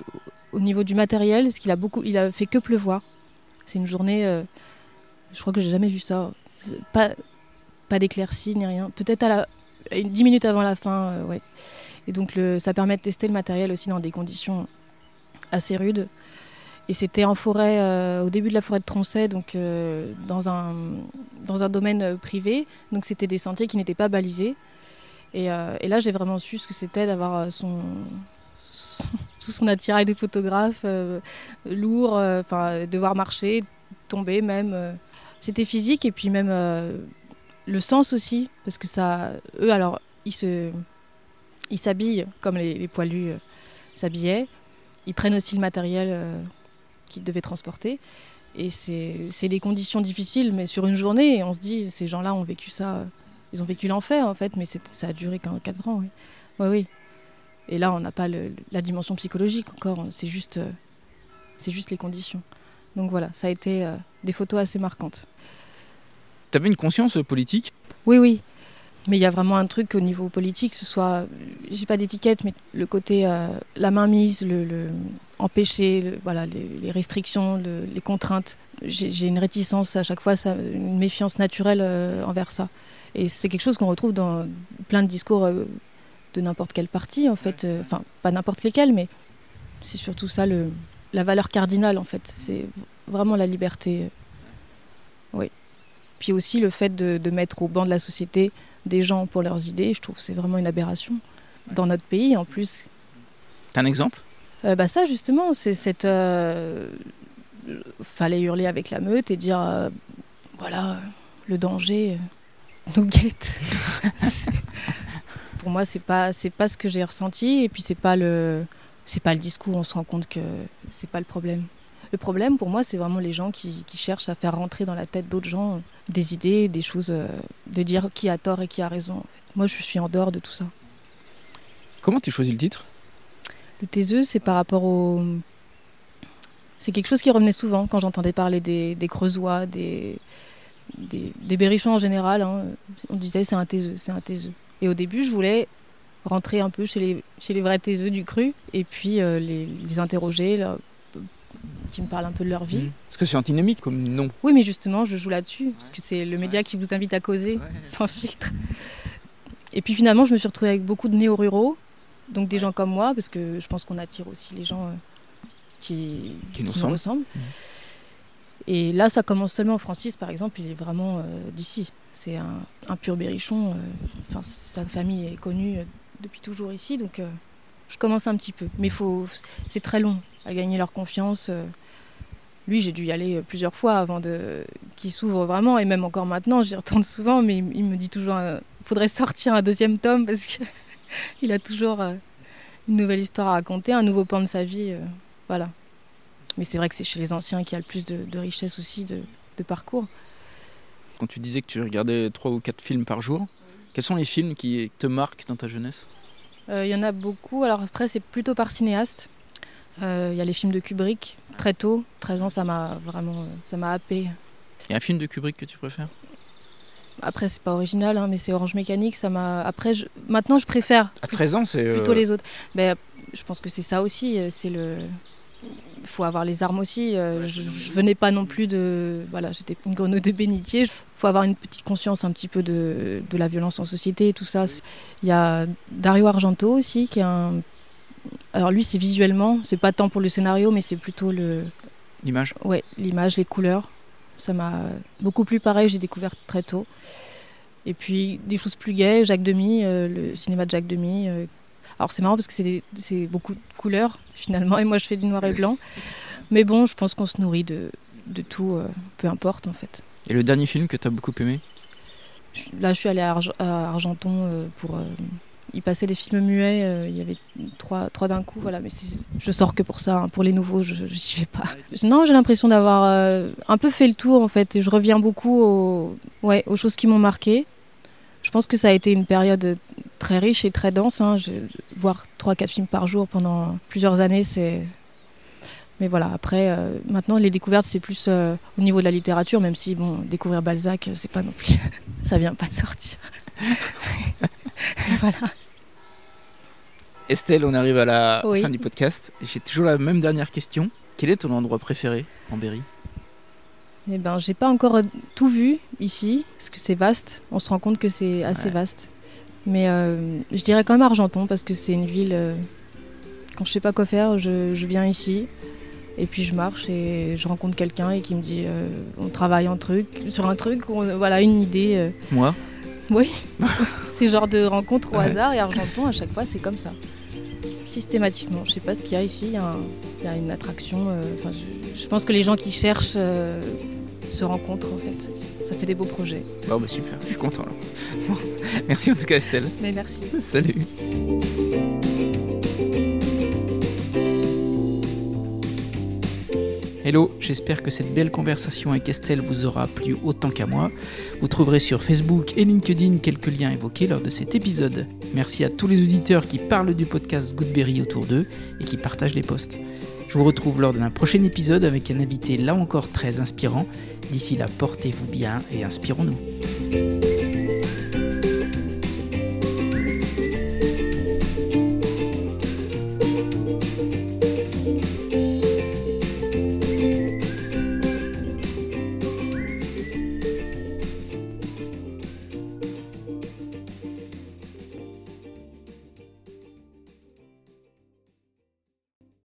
au niveau du matériel, ce qu'il a beaucoup, il a fait que pleuvoir. C'est une journée, euh, je crois que j'ai jamais vu ça. Pas, pas d'éclaircie ni rien. Peut-être à la, dix minutes avant la fin, euh, ouais. Et donc le, ça permet de tester le matériel aussi dans des conditions assez rudes. Et c'était en forêt, euh, au début de la forêt de Troncet, donc euh, dans un dans un domaine privé. Donc c'était des sentiers qui n'étaient pas balisés. Et, euh, et là, j'ai vraiment su ce que c'était d'avoir son, son tout son attirail de photographe euh, lourd, enfin euh, devoir marcher, tomber même. Euh. C'était physique et puis même euh, le sens aussi, parce que ça, eux, alors ils se, ils s'habillent comme les, les poilus euh, s'habillaient. Ils prennent aussi le matériel euh, qu'ils devaient transporter. Et c'est, c'est des conditions difficiles, mais sur une journée, on se dit, ces gens-là ont vécu ça. Euh, Ils ont vécu l'enfer, en fait, mais c'est, ça a duré qu'un quatre ans, oui. Oui, oui. Et là, on n'a pas le, la dimension psychologique encore, c'est juste, euh, c'est juste les conditions. Donc voilà, ça a été euh, des photos assez marquantes. Tu avais une conscience politique ? Oui, oui. Mais il y a vraiment un truc au niveau politique, ce soit, j'ai pas d'étiquette, mais le côté, euh, la mainmise, le, le empêcher, le, voilà, les, les restrictions, le, les contraintes. J'ai, j'ai une réticence à chaque fois, ça, une méfiance naturelle euh, envers ça. Et c'est quelque chose qu'on retrouve dans plein de discours euh, de n'importe quel parti, en fait. Enfin, euh, pas n'importe lesquels, mais c'est surtout ça, le, la valeur cardinale, en fait. C'est vraiment la liberté. Oui. Puis aussi le fait de, de mettre au banc de la société des gens pour leurs idées, je trouve que c'est vraiment une aberration. Dans notre pays, en plus. T'as un exemple ? euh, bah Ça, justement, c'est cette... Euh, fallait hurler avec la meute et dire, euh, voilà, le danger... Euh, nous guette. Pour moi, c'est pas c'est pas ce que j'ai ressenti et puis c'est pas le c'est pas le discours. On se rend compte que c'est pas le problème. Le problème, pour moi, c'est vraiment les gens qui, qui cherchent à faire rentrer dans la tête d'autres gens euh, des idées, des choses, euh, de dire qui a tort et qui a raison. En fait. Moi, je suis en dehors de tout ça. Comment tu choisis le titre ? Le taiseux, c'est par rapport au c'est quelque chose qui revenait souvent quand j'entendais parler des, des Creusois, des Des, des berrichons en général, hein. On disait c'est un taiseux, c'est un taiseux. Et au début, je voulais rentrer un peu chez les, chez les vrais taiseux du cru et puis euh, les, les interroger, leur, qui me parlent un peu de leur vie. Mmh. Parce que c'est antinomique comme nom. Oui, mais justement, je joue là-dessus, parce que c'est le média qui vous invite à causer, ouais. Sans filtre. Et puis finalement, je me suis retrouvée avec beaucoup de néo-ruraux, donc des gens comme moi, parce que je pense qu'on attire aussi les gens euh, qui, qui nous qui ressemblent. ressemblent. Mmh. Et là, ça commence seulement. Francis, par exemple, il est vraiment euh, d'ici. C'est un, un pur berrichon. Enfin, euh, sa famille est connue euh, depuis toujours ici, donc euh, je commence un petit peu. Mais faut, c'est très long à gagner leur confiance. Euh. Lui, j'ai dû y aller plusieurs fois avant de, qu'il s'ouvre vraiment, et même encore maintenant, j'y retourne souvent, mais il, il me dit toujours qu'il euh, faudrait sortir un deuxième tome, parce qu'il a toujours euh, une nouvelle histoire à raconter, un nouveau pan de sa vie. Euh, voilà. Mais c'est vrai que c'est chez les anciens qu'il y a le plus de, de richesse aussi, de, de parcours. Quand tu disais que tu regardais trois ou quatre films par jour, quels sont les films qui te marquent dans ta jeunesse ? Il euh, y en a beaucoup. Alors après, c'est plutôt par cinéaste. Il euh, y a les films de Kubrick. Très tôt, treize ans, ça m'a vraiment ça m'a happé. Il y a un film de Kubrick que tu préfères ? Après, c'est pas original, hein, mais c'est Orange Mécanique. Ça m'a... Après, je... maintenant, je préfère. À treize ans, c'est... Plutôt euh... les autres. Mais, je pense que c'est ça aussi. C'est le... Il faut avoir les armes aussi. Euh, je, je venais pas non plus de... Voilà, j'étais une grenouille de bénitier. Il faut avoir une petite conscience un petit peu de, de la violence en société et tout ça. Il y a Dario Argento aussi, qui est un... Alors lui, c'est visuellement. C'est pas tant pour le scénario, mais c'est plutôt le... L'image ? Ouais, l'image, les couleurs. Ça m'a beaucoup plu. Pareil, j'ai découvert très tôt. Et puis, des choses plus gaies. Jacques Demy, euh, le cinéma de Jacques Demy... Euh, Alors c'est marrant parce que c'est, des, c'est beaucoup de couleurs finalement et moi je fais du noir et blanc. Mais bon, je pense qu'on se nourrit de, de tout, euh, peu importe en fait. Et le dernier film que tu as beaucoup aimé ? Là je suis allée à, Arge- à Argenton euh, pour... Euh, y passer les films muets, euh, il y avait trois, trois d'un coup, voilà. Mais c'est, je sors que pour ça, hein. Pour les nouveaux, je n'y vais pas. Non, j'ai l'impression d'avoir euh, un peu fait le tour en fait et je reviens beaucoup aux, ouais, aux choses qui m'ont marqué. Je pense que ça a été une période très riche et très dense. Hein. Je, voir trois quatre films par jour pendant plusieurs années, c'est... Mais voilà, après, euh, maintenant, les découvertes, c'est plus euh, au niveau de la littérature, même si, bon, découvrir Balzac, c'est pas non plus... ça vient pas de sortir. Voilà. Estelle, on arrive à la Oui. fin du podcast. J'ai toujours la même dernière question. Quel est ton endroit préféré en Berry ? Eh ben, j'ai pas encore tout vu ici, parce que c'est vaste. On se rend compte que c'est assez Ouais. vaste. Mais euh, je dirais quand même Argenton, parce que c'est une ville... euh, quand je sais pas quoi faire, je, je viens ici. Et puis je marche et je rencontre quelqu'un et qui me dit euh, on travaille un truc, sur un truc, on- voilà, une idée. euh. Moi ? Oui, c'est le genre de rencontre au Ouais. hasard. Et Argenton, à chaque fois, c'est comme ça. Systématiquement. Je sais pas ce qu'il y a ici, il y a, un- il y a une attraction. euh, enfin, je, je pense que les gens qui cherchent euh, se rencontrent en fait. Ça fait des beaux projets. Bon, bah super, je suis content alors. Bon, merci en tout cas, Estelle. Mais merci. Salut. Hello, j'espère que cette belle conversation avec Estelle vous aura plu autant qu'à moi. Vous trouverez sur Facebook et LinkedIn quelques liens évoqués lors de cet épisode. Merci à tous les auditeurs qui parlent du podcast Goodberry autour d'eux et qui partagent les posts. Je vous retrouve lors d'un prochain épisode avec un invité là encore très inspirant. D'ici là, portez-vous bien et inspirons-nous.